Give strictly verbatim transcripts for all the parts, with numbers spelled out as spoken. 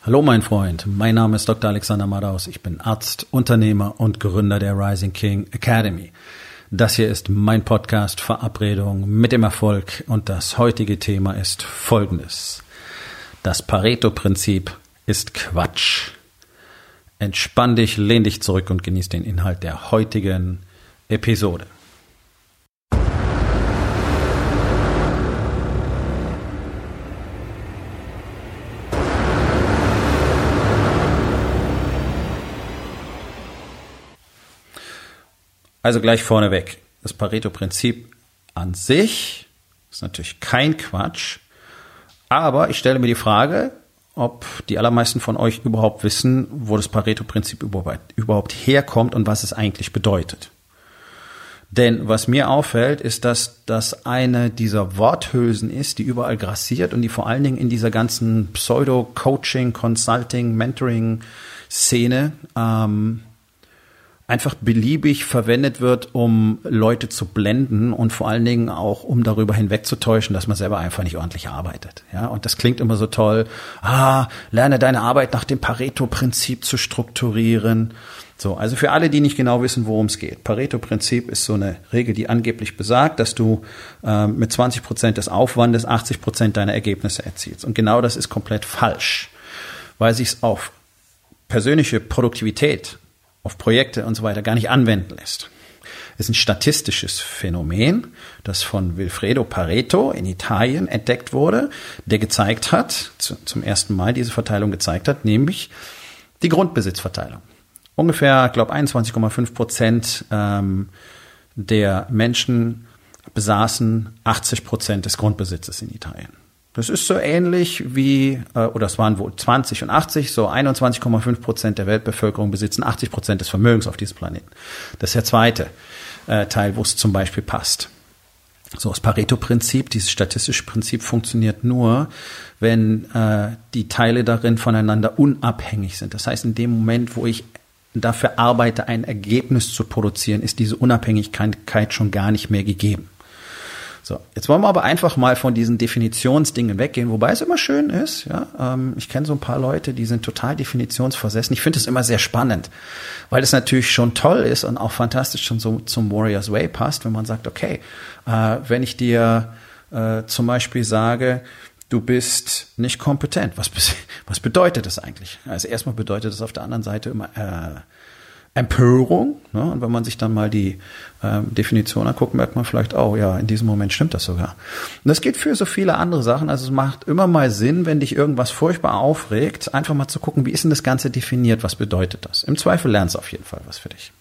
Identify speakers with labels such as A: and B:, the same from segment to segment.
A: Hallo mein Freund, mein Name ist Doktor Alexander Madaus. Ich bin Arzt, Unternehmer und Gründer der Rising King Academy. Das hier ist mein Podcast Verabredung mit dem Erfolg und das heutige Thema ist folgendes. Das Pareto-Prinzip ist Quatsch. Entspann dich, lehn dich zurück und genieß den Inhalt der heutigen Episode. Also gleich vorneweg, das Pareto-Prinzip an sich ist natürlich kein Quatsch, aber ich stelle mir die Frage, ob die allermeisten von euch überhaupt wissen, wo das Pareto-Prinzip überhaupt herkommt und was es eigentlich bedeutet. Denn was mir auffällt, ist, dass das eine dieser Worthülsen ist, die überall grassiert und die vor allen Dingen in dieser ganzen Pseudo-Coaching, Consulting, Mentoring-Szene ähm, einfach beliebig verwendet wird, um Leute zu blenden und vor allen Dingen auch, um darüber hinwegzutäuschen, dass man selber einfach nicht ordentlich arbeitet. Ja, und das klingt immer so toll. Ah, lerne deine Arbeit nach dem Pareto-Prinzip zu strukturieren. So, also für alle, die nicht genau wissen, worum es geht. Pareto-Prinzip ist so eine Regel, die angeblich besagt, dass du äh, mit zwanzig Prozent des Aufwandes achtzig Prozent deiner Ergebnisse erzielst. Und genau das ist komplett falsch, weil sich es auf persönliche Produktivität, auf Projekte und so weiter gar nicht anwenden lässt. Es ist ein statistisches Phänomen, das von Vilfredo Pareto in Italien entdeckt wurde, der gezeigt hat, zu, zum ersten Mal diese Verteilung gezeigt hat, nämlich die Grundbesitzverteilung. Ungefähr, ich glaube, einundzwanzig Komma fünf Prozent ähm, der Menschen besaßen achtzig Prozent des Grundbesitzes in Italien. Das ist so ähnlich wie, oder es waren wohl zwanzig und achtzig, so einundzwanzig Komma fünf Prozent der Weltbevölkerung besitzen achtzig Prozent des Vermögens auf diesem Planeten. Das ist der zweite äh, Teil, wo es zum Beispiel passt. So, das Pareto-Prinzip, dieses statistische Prinzip funktioniert nur, wenn äh, die Teile darin voneinander unabhängig sind. Das heißt, in dem Moment, wo ich dafür arbeite, ein Ergebnis zu produzieren, ist diese Unabhängigkeit schon gar nicht mehr gegeben. So, jetzt wollen wir aber einfach mal von diesen Definitionsdingen weggehen, wobei es immer schön ist. Ja, ähm, ich kenne so ein paar Leute, die sind total definitionsversessen. Ich finde es immer sehr spannend, weil es natürlich schon toll ist und auch fantastisch schon so zum Warriors Way passt, wenn man sagt, okay, äh, wenn ich dir äh, zum Beispiel sage, du bist nicht kompetent, was, was bedeutet das eigentlich? Also erstmal bedeutet das auf der anderen Seite immer äh, Empörung, ne? Und wenn man sich dann mal die ähm, Definition anguckt, merkt man vielleicht, oh ja, in diesem Moment stimmt das sogar. Und das geht für so viele andere Sachen. Also es macht immer mal Sinn, wenn dich irgendwas furchtbar aufregt, einfach mal zu gucken, wie ist denn das Ganze definiert, was bedeutet das? Im Zweifel lernst du auf jeden Fall was für dich.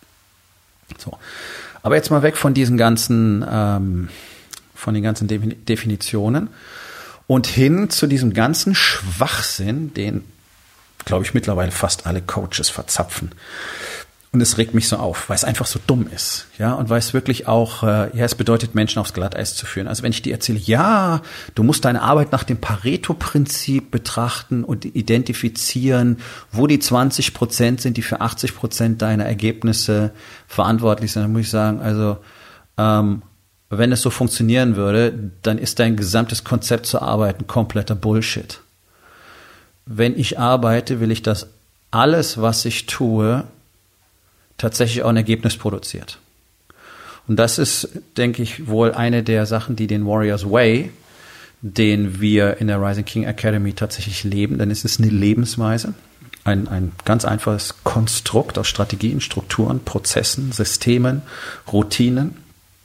A: So, aber jetzt mal weg von diesen ganzen, ähm, von den ganzen Definitionen und hin zu diesem ganzen Schwachsinn, den, glaube ich, mittlerweile fast alle Coaches verzapfen. Und es regt mich so auf, weil es einfach so dumm ist, ja, und weil es wirklich auch, äh, ja, es bedeutet, Menschen aufs Glatteis zu führen. Also wenn ich dir erzähle, ja, du musst deine Arbeit nach dem Pareto-Prinzip betrachten und identifizieren, wo die zwanzig Prozent sind, die für achtzig Prozent deiner Ergebnisse verantwortlich sind, dann muss ich sagen, also ähm, wenn es so funktionieren würde, dann ist dein gesamtes Konzept zu arbeiten kompletter Bullshit. Wenn ich arbeite, will ich, dass alles, was ich tue, tatsächlich auch ein Ergebnis produziert. Und das ist, denke ich, wohl eine der Sachen, die den Warriors Way, den wir in der Rising King Academy tatsächlich leben, denn es ist eine Lebensweise, ein, ein ganz einfaches Konstrukt aus Strategien, Strukturen, Prozessen, Systemen, Routinen,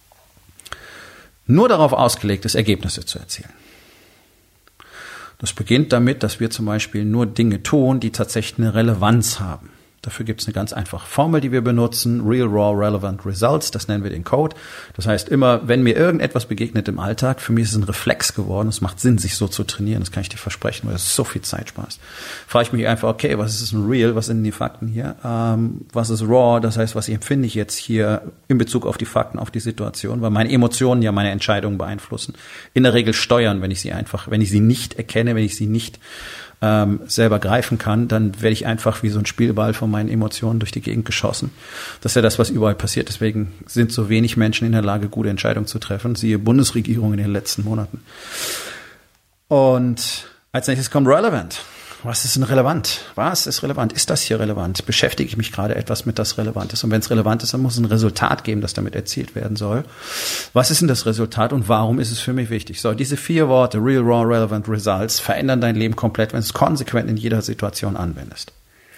A: nur darauf ausgelegt ist, Ergebnisse zu erzielen. Das beginnt damit, dass wir zum Beispiel nur Dinge tun, die tatsächlich eine Relevanz haben. Dafür gibt es eine ganz einfache Formel, die wir benutzen, Real, Raw, Relevant Results, das nennen wir den Code. Das heißt immer, wenn mir irgendetwas begegnet im Alltag, für mich ist es ein Reflex geworden, es macht Sinn, sich so zu trainieren, das kann ich dir versprechen, weil das so viel Zeit spaßt. Frage ich mich einfach, okay, was ist ein Real, was sind die Fakten hier? Ähm, was ist Raw, das heißt, was empfinde ich jetzt hier in Bezug auf die Fakten, auf die Situation, weil meine Emotionen ja meine Entscheidungen beeinflussen. In der Regel steuern, wenn ich sie einfach, wenn ich sie nicht erkenne, wenn ich sie nicht ähm, selber greifen kann, dann werde ich einfach wie so ein Spielball von meinen Emotionen durch die Gegend geschossen. Das ist ja das, was überall passiert. Deswegen sind so wenig Menschen in der Lage, gute Entscheidungen zu treffen. Siehe Bundesregierung in den letzten Monaten. Und als nächstes kommt Relevant. Was ist denn relevant? Was ist relevant? Ist das hier relevant? Beschäftige ich mich gerade etwas mit, das relevant ist? Und wenn es relevant ist, dann muss es ein Resultat geben, das damit erzielt werden soll. Was ist denn das Resultat und warum ist es für mich wichtig? So, diese vier Worte, Real, Raw, Relevant, Results, verändern dein Leben komplett, wenn du es konsequent in jeder Situation anwendest.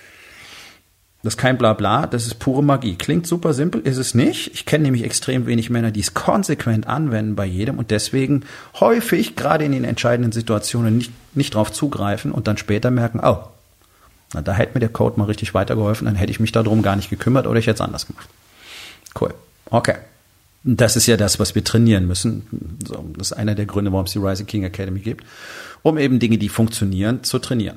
A: Das ist kein Blabla, das ist pure Magie. Klingt super simpel, ist es nicht. Ich kenne nämlich extrem wenig Männer, die es konsequent anwenden bei jedem und deswegen häufig, gerade in den entscheidenden Situationen, nicht, nicht drauf zugreifen und dann später merken, oh, na, da hätte mir der Code mal richtig weitergeholfen, dann hätte ich mich darum gar nicht gekümmert oder ich hätte es anders gemacht. Cool. Okay. Das ist ja das, was wir trainieren müssen. So, das ist einer der Gründe, warum es die Rising King Academy gibt, um eben Dinge, die funktionieren, zu trainieren.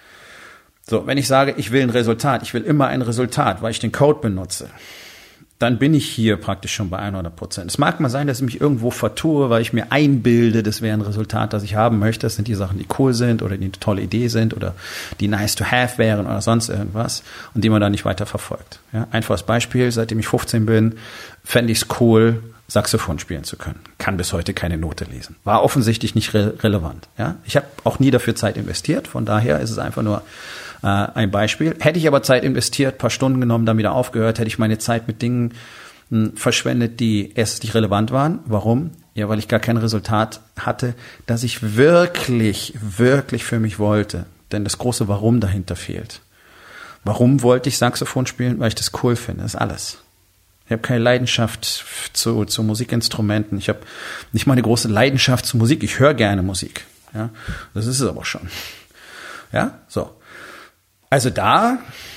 A: So, wenn ich sage, ich will ein Resultat, ich will immer ein Resultat, weil ich den Code benutze, dann bin ich hier praktisch schon bei hundert Prozent. Es mag mal sein, dass ich mich irgendwo vertue, weil ich mir einbilde, das wäre ein Resultat, das ich haben möchte. Das sind die Sachen, die cool sind oder die eine tolle Idee sind oder die nice to have wären oder sonst irgendwas und die man dann nicht weiter verfolgt. Ja, einfaches Beispiel, seitdem ich fünfzehn bin, fände ich es cool, Saxophon spielen zu können. Kann bis heute keine Note lesen. War offensichtlich nicht re- relevant. Ja, ich habe auch nie dafür Zeit investiert, von daher ist es einfach nur äh, ein Beispiel. Hätte ich aber Zeit investiert, paar Stunden genommen, dann wieder aufgehört, hätte ich meine Zeit mit Dingen mh, verschwendet, die erst nicht relevant waren. Warum? Ja, weil ich gar kein Resultat hatte, das ich wirklich, wirklich für mich wollte. Denn das große Warum dahinter fehlt. Warum wollte ich Saxophon spielen? Weil ich das cool finde. Das ist alles. Ich habe keine Leidenschaft zu, zu Musikinstrumenten. Ich habe nicht mal eine große Leidenschaft zu Musik. Ich höre gerne Musik. Ja, das ist es aber schon. Ja, so. Also da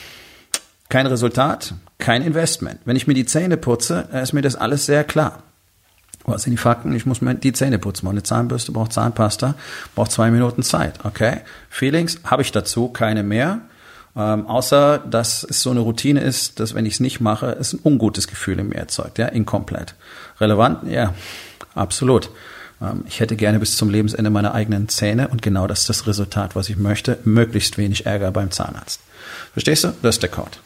A: kein Resultat, kein Investment. Wenn ich mir die Zähne putze, ist mir das alles sehr klar. Was sind die Fakten? Ich muss mir die Zähne putzen. Eine Zahnbürste braucht Zahnpasta, braucht zwei Minuten Zeit. Okay. Feelings habe ich dazu keine mehr. Ähm, außer, dass es so eine Routine ist, dass wenn ich es nicht mache, es ein ungutes Gefühl in mir erzeugt, ja, inkomplett. Relevant? Ja, absolut. Ähm, ich hätte gerne bis zum Lebensende meine eigenen Zähne und genau das ist das Resultat, was ich möchte, möglichst wenig Ärger beim Zahnarzt. Verstehst du? Das ist der Code.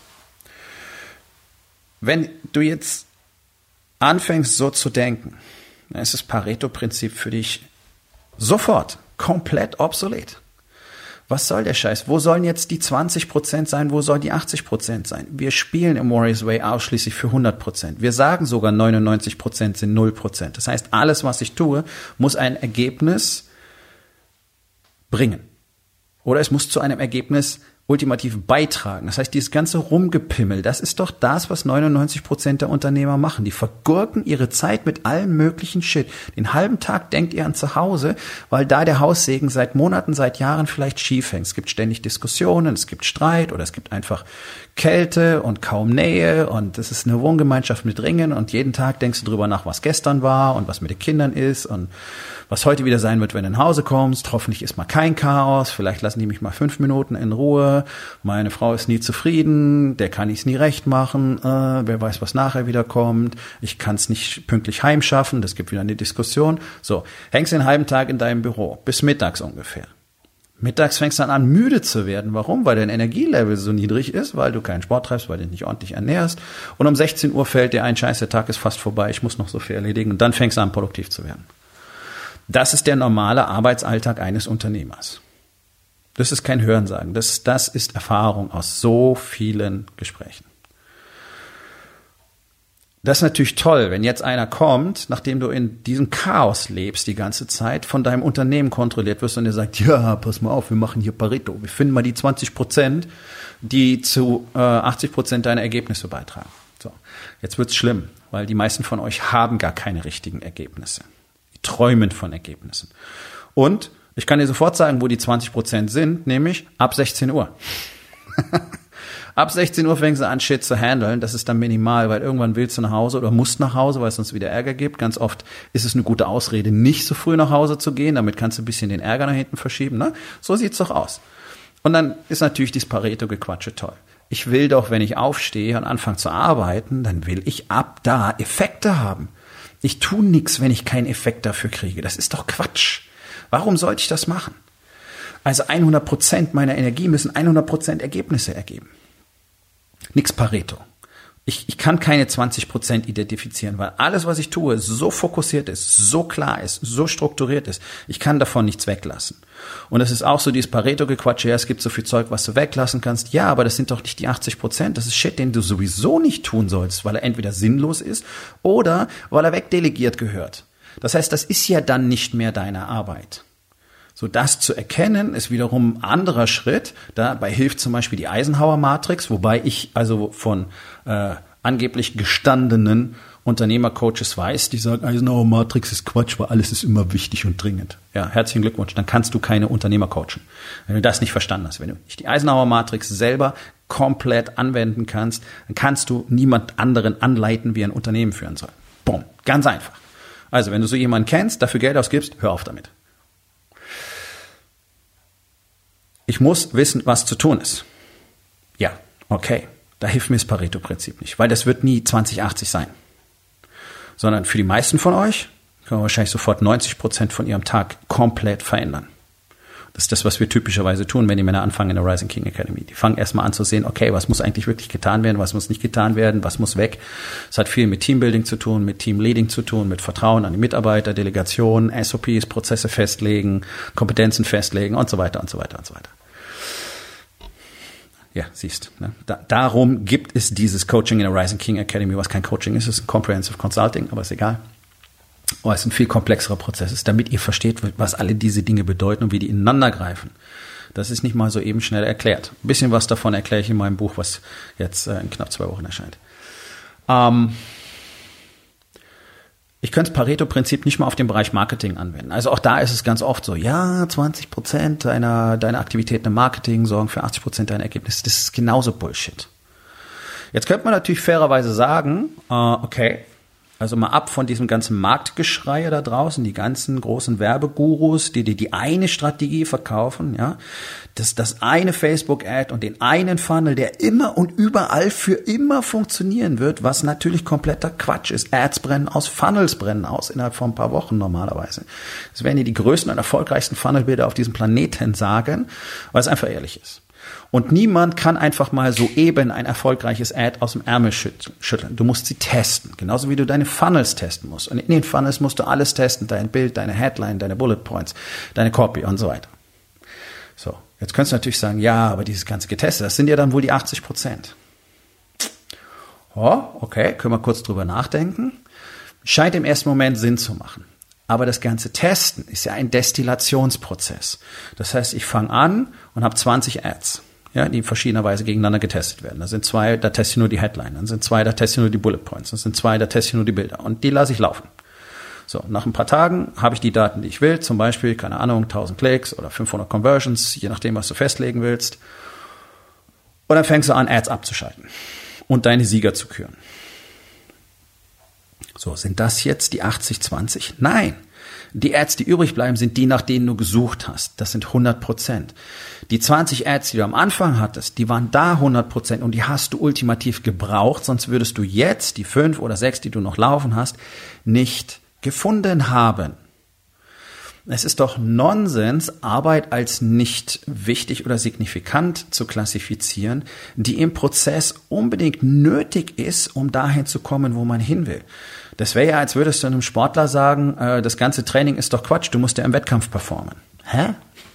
A: Wenn du jetzt anfängst so zu denken, dann ist das Pareto-Prinzip für dich sofort komplett obsolet. Was soll der Scheiß? Wo sollen jetzt die zwanzig Prozent sein? Wo sollen die achtzig Prozent sein? Wir spielen im Warriors Way ausschließlich für hundert Prozent. Wir sagen sogar neunundneunzig Prozent sind null Prozent. Das heißt, alles, was ich tue, muss ein Ergebnis bringen. Oder es muss zu einem Ergebnis ultimativ beitragen. Das heißt, dieses ganze Rumgepimmel, das ist doch das, was neunundneunzig Prozent der Unternehmer machen. Die vergurken ihre Zeit mit allem möglichen Shit. Den halben Tag denkt ihr an zu Hause, weil da der Haussegen seit Monaten, seit Jahren vielleicht schief hängt. Es gibt ständig Diskussionen, es gibt Streit oder es gibt einfach Kälte und kaum Nähe und es ist eine Wohngemeinschaft mit Ringen und jeden Tag denkst du drüber nach, was gestern war und was mit den Kindern ist und was heute wieder sein wird, wenn du nach Hause kommst. Hoffentlich ist mal kein Chaos. Vielleicht lassen die mich mal fünf Minuten in Ruhe. Meine Frau ist nie zufrieden. Der kann ich es nie recht machen. Äh, wer weiß, was nachher wieder kommt. Ich kann es nicht pünktlich heimschaffen. Das gibt wieder eine Diskussion. So, hängst den halben Tag in deinem Büro. Bis mittags ungefähr. Mittags fängst du dann an, müde zu werden. Warum? Weil dein Energielevel so niedrig ist, weil du keinen Sport treibst, weil du dich nicht ordentlich ernährst. Und um sechzehn Uhr fällt dir ein, Scheiß, der Tag ist fast vorbei. Ich muss noch so viel erledigen. Und dann fängst du an, produktiv zu werden. Das ist der normale Arbeitsalltag eines Unternehmers. Das ist kein Hörensagen. Das, das ist Erfahrung aus so vielen Gesprächen. Das ist natürlich toll, wenn jetzt einer kommt, nachdem du in diesem Chaos lebst die ganze Zeit, von deinem Unternehmen kontrolliert wirst und der sagt, ja, pass mal auf, wir machen hier Pareto. Wir finden mal die zwanzig Prozent, die zu äh, achtzig Prozent deiner Ergebnisse beitragen. So, jetzt wird's schlimm, weil die meisten von euch haben gar keine richtigen Ergebnisse. Träumen von Ergebnissen. Und ich kann dir sofort sagen, wo die zwanzig Prozent sind, nämlich ab sechzehn Uhr. Ab sechzehn Uhr fängst du an, Shit zu handeln. Das ist dann minimal, weil irgendwann willst du nach Hause oder musst nach Hause, weil es sonst wieder Ärger gibt. Ganz oft ist es eine gute Ausrede, nicht so früh nach Hause zu gehen. Damit kannst du ein bisschen den Ärger nach hinten verschieben. Ne? So sieht's doch aus. Und dann ist natürlich dieses Pareto-Gequatsche toll. Ich will doch, wenn ich aufstehe und anfange zu arbeiten, dann will ich ab da Effekte haben. Ich tue nichts, wenn ich keinen Effekt dafür kriege. Das ist doch Quatsch. Warum sollte ich das machen? Also hundert Prozent meiner Energie müssen hundert Prozent Ergebnisse ergeben. Nix Pareto. Ich, ich kann keine zwanzig Prozent identifizieren, weil alles, was ich tue, so fokussiert ist, so klar ist, so strukturiert ist. Ich kann davon nichts weglassen. Und es ist auch so dieses Pareto-Gequatsche, ja, es gibt so viel Zeug, was du weglassen kannst. Ja, aber das sind doch nicht die achtzig Prozent. Das ist Shit, den du sowieso nicht tun sollst, weil er entweder sinnlos ist oder weil er wegdelegiert gehört. Das heißt, das ist ja dann nicht mehr deine Arbeit. So, das zu erkennen, ist wiederum ein anderer Schritt. Dabei hilft zum Beispiel die Eisenhower-Matrix, wobei ich also von äh, angeblich gestandenen Unternehmercoaches weiß, die sagen, Eisenhower-Matrix ist Quatsch, weil alles ist immer wichtig und dringend. Ja, herzlichen Glückwunsch, dann kannst du keine Unternehmer coachen, wenn du das nicht verstanden hast. Wenn du nicht die Eisenhower-Matrix selber komplett anwenden kannst, dann kannst du niemand anderen anleiten, wie er ein Unternehmen führen soll. Boom, ganz einfach. Also, wenn du so jemanden kennst, dafür Geld ausgibst, hör auf damit. Ich muss wissen, was zu tun ist. Ja, okay. Da hilft mir das Pareto-Prinzip nicht, weil das wird nie zwanzig achtzig sein. Sondern für die meisten von euch können wir wahrscheinlich sofort neunzig Prozent von ihrem Tag komplett verändern. Das ist das, was wir typischerweise tun, wenn die Männer anfangen in der Rising King Academy. Die fangen erstmal an zu sehen, okay, was muss eigentlich wirklich getan werden, was muss nicht getan werden, was muss weg. Es hat viel mit Teambuilding zu tun, mit Teamleading zu tun, mit Vertrauen an die Mitarbeiter, Delegation, S O Ps, Prozesse festlegen, Kompetenzen festlegen und so weiter und so weiter und so weiter. Ja, siehst. Ne? Da, darum gibt es dieses Coaching in der Rising King Academy, was kein Coaching ist, es ist ein Comprehensive Consulting, aber ist egal. Aber es ist ein viel komplexerer Prozess, damit ihr versteht, was alle diese Dinge bedeuten und wie die ineinander greifen. Das ist nicht mal so eben schnell erklärt. Ein bisschen was davon erkläre ich in meinem Buch, was jetzt äh, in knapp zwei Wochen erscheint. Ähm, Ich könnte das Pareto-Prinzip nicht mal auf den Bereich Marketing anwenden. Also auch da ist es ganz oft so, ja, zwanzig Prozent deiner, deiner Aktivitäten im Marketing sorgen für achtzig Prozent deiner Ergebnisse. Das ist genauso Bullshit. Jetzt könnte man natürlich fairerweise sagen, äh, okay, also mal ab von diesem ganzen Marktgeschrei da draußen, die ganzen großen Werbegurus, die dir die eine Strategie verkaufen, ja, das, das eine Facebook-Ad und den einen Funnel, der immer und überall für immer funktionieren wird, was natürlich kompletter Quatsch ist. Ads brennen aus, Funnels brennen aus innerhalb von ein paar Wochen normalerweise. Das werden dir die größten und erfolgreichsten Funnelbilder auf diesem Planeten sagen, weil es einfach ehrlich ist. Und niemand kann einfach mal so eben ein erfolgreiches Ad aus dem Ärmel schütteln. Du musst sie testen, genauso wie du deine Funnels testen musst. Und in den Funnels musst du alles testen, dein Bild, deine Headline, deine Bullet Points, deine Copy und so weiter. So, jetzt könntest du natürlich sagen, ja, aber dieses ganze Getestet, das sind ja dann wohl die achtzig Prozent. Oh, okay, können wir kurz drüber nachdenken. Scheint im ersten Moment Sinn zu machen. Aber das ganze Testen ist ja ein Destillationsprozess. Das heißt, ich fange an und habe zwanzig Ads, ja, die in verschiedener Weise gegeneinander getestet werden. Da sind zwei, da teste ich nur die Headline, dann sind zwei, da teste ich nur die Bullet Points, dann sind zwei, da teste ich nur die Bilder und die lasse ich laufen. So, nach ein paar Tagen habe ich die Daten, die ich will, zum Beispiel, keine Ahnung, tausend Klicks oder fünfhundert Conversions, je nachdem, was du festlegen willst. Und dann fängst du an, Ads abzuschalten und deine Sieger zu küren. So, sind das jetzt die achtzig zwanzig? Nein. Die Ads, die übrig bleiben, sind die, nach denen du gesucht hast. Das sind hundert Prozent. Die zwanzig Ads, die du am Anfang hattest, die waren da hundert Prozent und die hast du ultimativ gebraucht, sonst würdest du jetzt die fünf oder sechs, die du noch laufen hast, nicht gefunden haben. Es ist doch Nonsens, Arbeit als nicht wichtig oder signifikant zu klassifizieren, die im Prozess unbedingt nötig ist, um dahin zu kommen, wo man hin will. Das wäre ja, als würdest du einem Sportler sagen, äh, das ganze Training ist doch Quatsch, du musst ja im Wettkampf performen. Hä?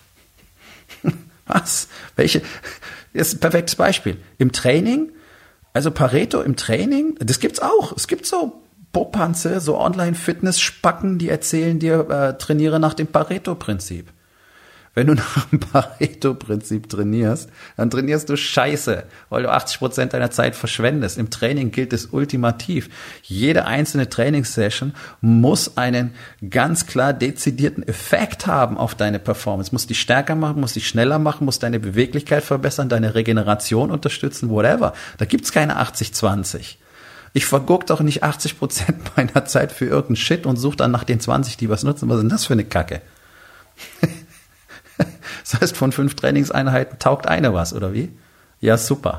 A: Was? Welche? Das ist ein perfektes Beispiel. Im Training, also Pareto im Training, das gibt's auch. Es gibt so Popanze, so Online-Fitness-Spacken, die erzählen dir, äh, trainiere nach dem Pareto-Prinzip. Wenn du nach dem Pareto-Prinzip trainierst, dann trainierst du Scheiße, weil du achtzig Prozent deiner Zeit verschwendest. Im Training gilt es ultimativ. Jede einzelne Trainingssession muss einen ganz klar dezidierten Effekt haben auf deine Performance. Muss dich stärker machen, muss dich schneller machen, muss deine Beweglichkeit verbessern, deine Regeneration unterstützen, whatever. Da gibt's keine achtzig zwanzig. Ich verguck doch nicht achtzig Prozent meiner Zeit für irgendeinen Shit und suche dann nach den zwanzig, die was nutzen. Was ist denn das für eine Kacke? Das heißt, von fünf Trainingseinheiten taugt eine was, oder wie? Ja, super.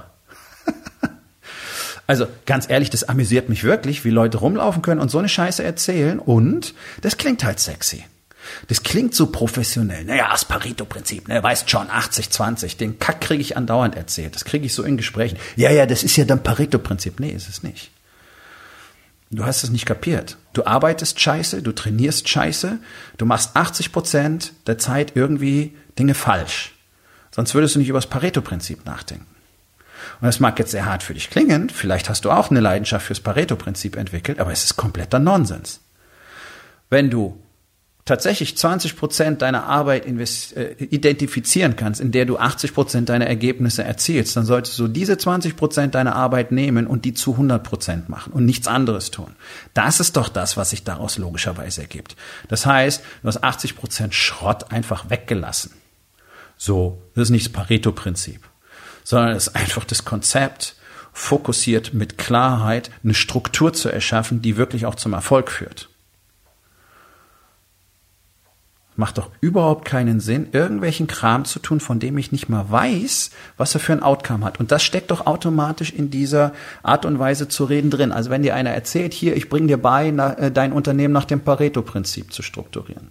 A: Also, ganz ehrlich, das amüsiert mich wirklich, wie Leute rumlaufen können und so eine Scheiße erzählen und das klingt halt sexy. Das klingt so professionell. Naja, das Pareto-Prinzip, ne, weißt schon, achtzig zwanzig, den Kack kriege ich andauernd erzählt. Das kriege ich so in Gesprächen. Ja, ja, das ist ja dann Pareto-Prinzip. Nee, ist es nicht. Du hast es nicht kapiert. Du arbeitest scheiße, du trainierst scheiße, du machst achtzig Prozent der Zeit irgendwie Dinge falsch. Sonst würdest du nicht über das Pareto-Prinzip nachdenken. Und das mag jetzt sehr hart für dich klingen, vielleicht hast du auch eine Leidenschaft fürs Pareto-Prinzip entwickelt, aber es ist kompletter Nonsens. Wenn du tatsächlich zwanzig Prozent deiner Arbeit invest- äh, identifizieren kannst, in der du achtzig Prozent deiner Ergebnisse erzielst, dann solltest du diese zwanzig Prozent deiner Arbeit nehmen und die zu hundert Prozent machen und nichts anderes tun. Das ist doch das, was sich daraus logischerweise ergibt. Das heißt, du hast achtzig Prozent Schrott einfach weggelassen. So, das ist nicht das Pareto-Prinzip, sondern es ist einfach das Konzept, fokussiert mit Klarheit eine Struktur zu erschaffen, die wirklich auch zum Erfolg führt. Macht doch überhaupt keinen Sinn, irgendwelchen Kram zu tun, von dem ich nicht mal weiß, was er für ein Outcome hat. Und das steckt doch automatisch in dieser Art und Weise zu reden drin. Also wenn dir einer erzählt, hier, ich bringe dir bei, dein Unternehmen nach dem Pareto-Prinzip zu strukturieren.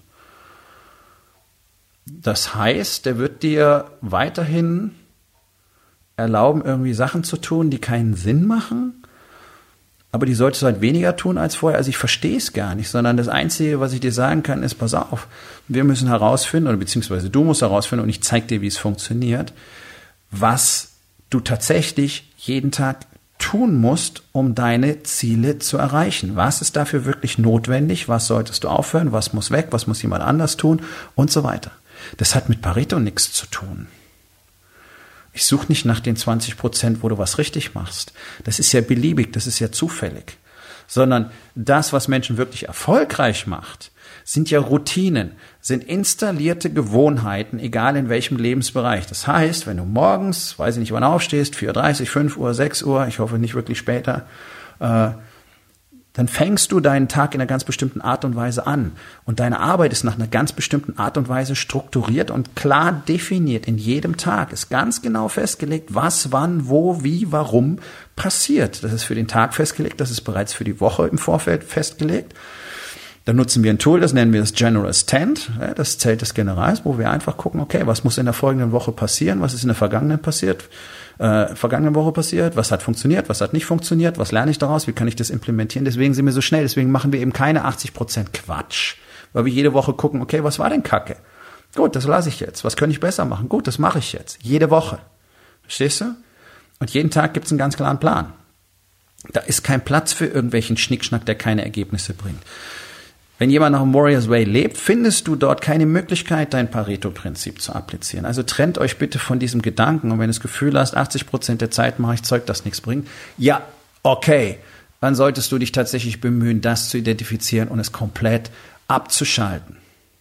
A: Das heißt, der wird dir weiterhin erlauben, irgendwie Sachen zu tun, die keinen Sinn machen, aber die solltest du halt weniger tun als vorher. Also ich verstehe es gar nicht, sondern das Einzige, was ich dir sagen kann, ist, pass auf, wir müssen herausfinden, oder beziehungsweise du musst herausfinden und ich zeige dir, wie es funktioniert, was du tatsächlich jeden Tag tun musst, um deine Ziele zu erreichen. Was ist dafür wirklich notwendig? Was solltest du aufhören? Was muss weg? Was muss jemand anders tun? Und so weiter. Das hat mit Pareto nichts zu tun. Ich suche nicht nach den zwanzig Prozent, wo du was richtig machst. Das ist ja beliebig, das ist ja zufällig. Sondern das, was Menschen wirklich erfolgreich macht, sind ja Routinen, sind installierte Gewohnheiten, egal in welchem Lebensbereich. Das heißt, wenn du morgens, weiß ich nicht wann aufstehst, vier Uhr dreißig, fünf Uhr, sechs Uhr, ich hoffe nicht wirklich später, äh, dann fängst du deinen Tag in einer ganz bestimmten Art und Weise an. Und deine Arbeit ist nach einer ganz bestimmten Art und Weise strukturiert und klar definiert. In jedem Tag ist ganz genau festgelegt, was, wann, wo, wie, warum passiert. Das ist für den Tag festgelegt, das ist bereits für die Woche im Vorfeld festgelegt. Dann nutzen wir ein Tool, das nennen wir das General's Tent, das Zelt des Generals, wo wir einfach gucken, okay, was muss in der folgenden Woche passieren, was ist in der vergangenen passiert, äh, vergangenen Woche passiert, was hat funktioniert, was hat nicht funktioniert, was lerne ich daraus, wie kann ich das implementieren, deswegen sind wir so schnell, deswegen machen wir eben keine achtzig Prozent Quatsch, weil wir jede Woche gucken, okay, was war denn Kacke? Gut, das lasse ich jetzt, was könnte ich besser machen? Gut, das mache ich jetzt, jede Woche, verstehst du? Und jeden Tag gibt es einen ganz klaren Plan. Da ist kein Platz für irgendwelchen Schnickschnack, der keine Ergebnisse bringt. Wenn jemand nach dem Warrior's Way lebt, findest du dort keine Möglichkeit, dein Pareto-Prinzip zu applizieren. Also trennt euch bitte von diesem Gedanken. Und wenn du das Gefühl hast, achtzig Prozent der Zeit mache ich Zeug, das nichts bringt, ja, okay, dann solltest du dich tatsächlich bemühen, das zu identifizieren und es komplett abzuschalten.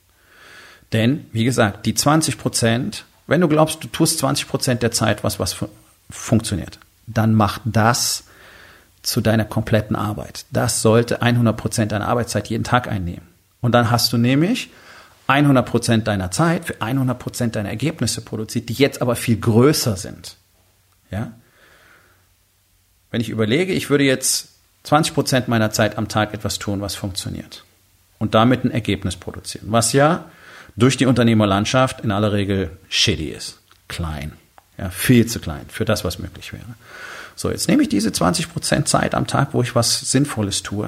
A: Denn, wie gesagt, die zwanzig Prozent, wenn du glaubst, du tust zwanzig Prozent der Zeit was, was fu- funktioniert, dann mach das zu deiner kompletten Arbeit. Das sollte hundert Prozent deiner Arbeitszeit jeden Tag einnehmen. Und dann hast du nämlich hundert Prozent deiner Zeit für hundert Prozent deiner Ergebnisse produziert, die jetzt aber viel größer sind. Ja? Wenn ich überlege, ich würde jetzt zwanzig Prozent meiner Zeit am Tag etwas tun, was funktioniert. Und damit ein Ergebnis produzieren. Was ja durch die Unternehmerlandschaft in aller Regel shitty ist. Klein. Ja, viel zu klein für das, was möglich wäre. So, jetzt nehme ich diese zwanzig Prozent Zeit am Tag, wo ich was Sinnvolles tue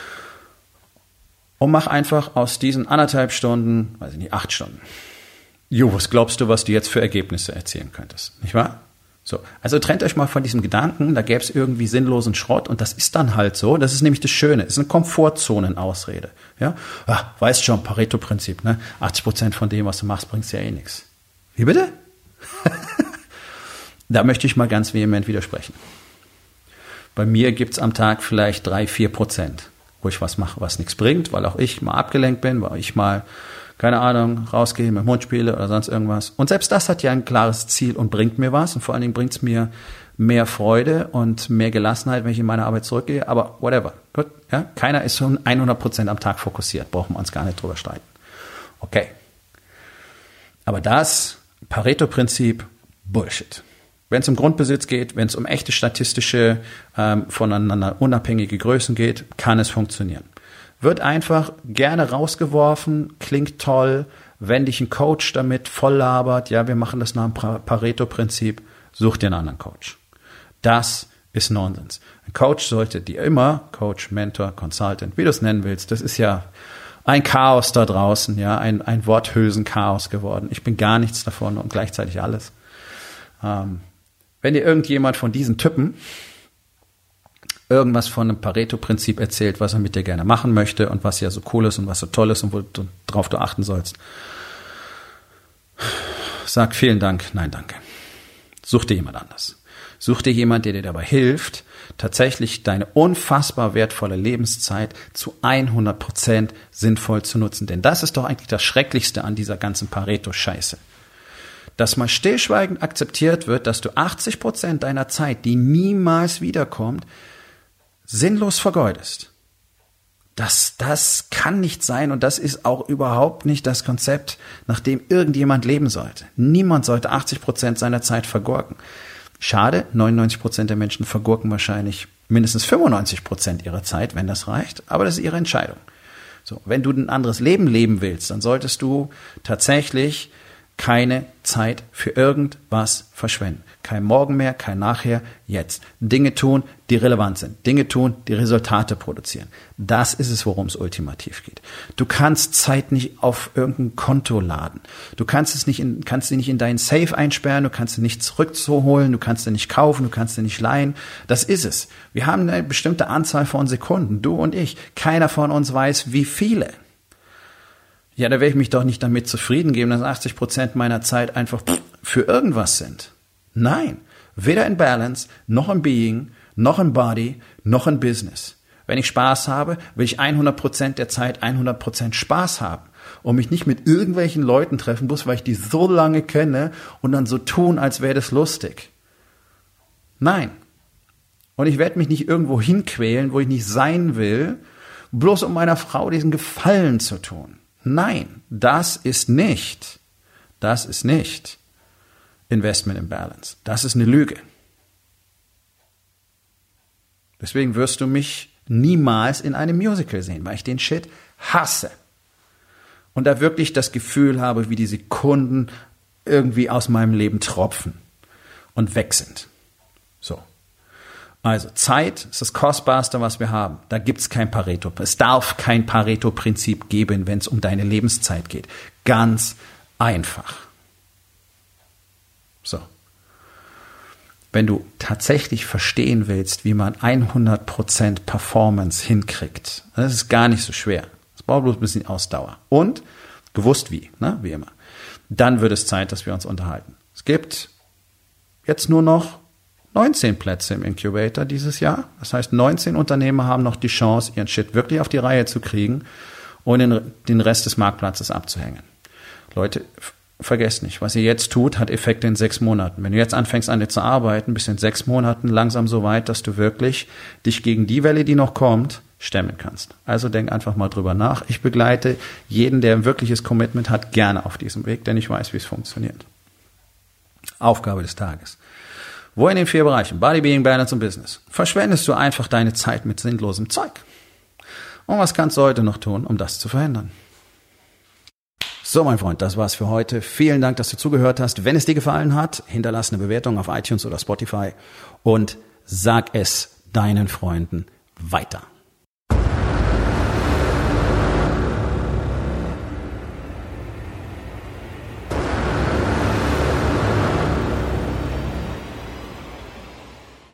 A: und mache einfach aus diesen anderthalb Stunden, weiß ich nicht, acht Stunden. Jo, was glaubst du, was du jetzt für Ergebnisse erzielen könntest, nicht wahr? So, also trennt euch mal von diesem Gedanken, da gäbe es irgendwie sinnlosen Schrott und das ist dann halt so, das ist nämlich das Schöne, es ist eine Komfortzonenausrede. Ja? Ah, weißt schon, Pareto-Prinzip, ne? achtzig Prozent von dem, was du machst, bringt ja eh nichts. Wie bitte? Da möchte ich mal ganz vehement widersprechen. Bei mir gibt's am Tag vielleicht drei, vier Prozent, wo ich was mache, was nichts bringt, weil auch ich mal abgelenkt bin, weil ich mal, keine Ahnung, rausgehe, mit dem Hund spiele oder sonst irgendwas. Und selbst das hat ja ein klares Ziel und bringt mir was. Und vor allen Dingen bringt's mir mehr Freude und mehr Gelassenheit, wenn ich in meine Arbeit zurückgehe. Aber whatever. Gut, ja? Keiner ist so hundert Prozent am Tag fokussiert. Brauchen wir uns gar nicht drüber streiten. Okay. Aber das Pareto-Prinzip, Bullshit. Wenn es um Grundbesitz geht, wenn es um echte statistische, ähm, voneinander unabhängige Größen geht, kann es funktionieren. wird einfach gerne rausgeworfen, klingt toll, wenn dich ein Coach damit voll labert, ja, wir machen das nach dem Pareto-Prinzip, such dir einen anderen Coach. Das ist Nonsens. Ein Coach sollte dir immer, Coach, Mentor, Consultant, wie du es nennen willst, das ist ja ein Chaos da draußen, ja, ein, ein Worthülsen-Chaos geworden. Ich bin gar nichts davon und gleichzeitig alles. Ähm, wenn dir irgendjemand von diesen Typen irgendwas von einem Pareto-Prinzip erzählt, was er mit dir gerne machen möchte und was ja so cool ist und was so toll ist und worauf du achten sollst, sag vielen Dank, nein, danke. Such dir jemand anders. Such dir jemand, der dir dabei hilft, tatsächlich deine unfassbar wertvolle Lebenszeit zu hundert Prozent sinnvoll zu nutzen. Denn das ist doch eigentlich das Schrecklichste an dieser ganzen Pareto-Scheiße. Dass mal stillschweigend akzeptiert wird, dass du achtzig Prozent deiner Zeit, die niemals wiederkommt, sinnlos vergeudest. Das, das kann nicht sein und das ist auch überhaupt nicht das Konzept, nach dem irgendjemand leben sollte. Niemand sollte achtzig Prozent seiner Zeit vergurken. Schade, neunundneunzig Prozent der Menschen vergurken wahrscheinlich mindestens fünfundneunzig Prozent ihrer Zeit, wenn das reicht, aber das ist ihre Entscheidung. So, wenn du ein anderes Leben leben willst, dann solltest du tatsächlich keine Zeit für irgendwas verschwenden. Kein Morgen mehr, kein Nachher, jetzt. Dinge tun, die relevant sind. Dinge tun, die Resultate produzieren. Das ist es, worum es ultimativ geht. Du kannst Zeit nicht auf irgendein Konto laden. Du kannst es nicht in, kannst sie nicht in deinen Safe einsperren, du kannst sie nicht zurückholen, du kannst sie nicht kaufen, du kannst sie nicht leihen. Das ist es. Wir haben eine bestimmte Anzahl von Sekunden, du und ich. Keiner von uns weiß, wie viele. Ja, da werde ich mich doch nicht damit zufrieden geben, dass achtzig Prozent meiner Zeit einfach für irgendwas sind. Nein, weder in Balance, noch in Being, noch in Body, noch in Business. Wenn ich Spaß habe, will ich hundert Prozent der Zeit hundert Prozent Spaß haben und mich nicht mit irgendwelchen Leuten treffen, bloß weil ich die so lange kenne und dann so tun, als wäre das lustig. Nein. Und ich werde mich nicht irgendwo hinquälen, wo ich nicht sein will, bloß um meiner Frau diesen Gefallen zu tun. Nein, das ist nicht, das ist nicht Investment in Balance. Das ist eine Lüge. Deswegen wirst du mich niemals in einem Musical sehen, weil ich den Shit hasse. Und da wirklich das Gefühl habe, wie die Sekunden irgendwie aus meinem Leben tropfen und weg sind. So. Also Zeit ist das Kostbarste, was wir haben. Da gibt's kein Pareto. Es darf kein Pareto-Prinzip geben, wenn es um deine Lebenszeit geht. Ganz einfach. So. Wenn du tatsächlich verstehen willst, wie man hundert Prozent Performance hinkriegt, das ist gar nicht so schwer. Es braucht bloß ein bisschen Ausdauer. Und gewusst wie, ne? Wie immer. Dann wird es Zeit, dass wir uns unterhalten. Es gibt jetzt nur noch neunzehn Plätze im Incubator dieses Jahr. Das heißt, neunzehn Unternehmer haben noch die Chance, ihren Shit wirklich auf die Reihe zu kriegen und den, den Rest des Marktplatzes abzuhängen. Leute, vergesst nicht, was ihr jetzt tut, hat Effekte in sechs Monaten. Wenn du jetzt anfängst an dir zu arbeiten, bist du in sechs Monaten langsam so weit, dass du wirklich dich gegen die Welle, die noch kommt, stemmen kannst. Also denk einfach mal drüber nach. Ich begleite jeden, der ein wirkliches Commitment hat, gerne auf diesem Weg, denn ich weiß, wie es funktioniert. Aufgabe des Tages. Wo in den vier Bereichen, Body, Being, Balance und Business, verschwendest du einfach deine Zeit mit sinnlosem Zeug? Und was kannst du heute noch tun, um das zu verhindern? So, mein Freund, das war's für heute. Vielen Dank, dass du zugehört hast. Wenn es dir gefallen hat, hinterlass eine Bewertung auf iTunes oder Spotify und sag es deinen Freunden weiter.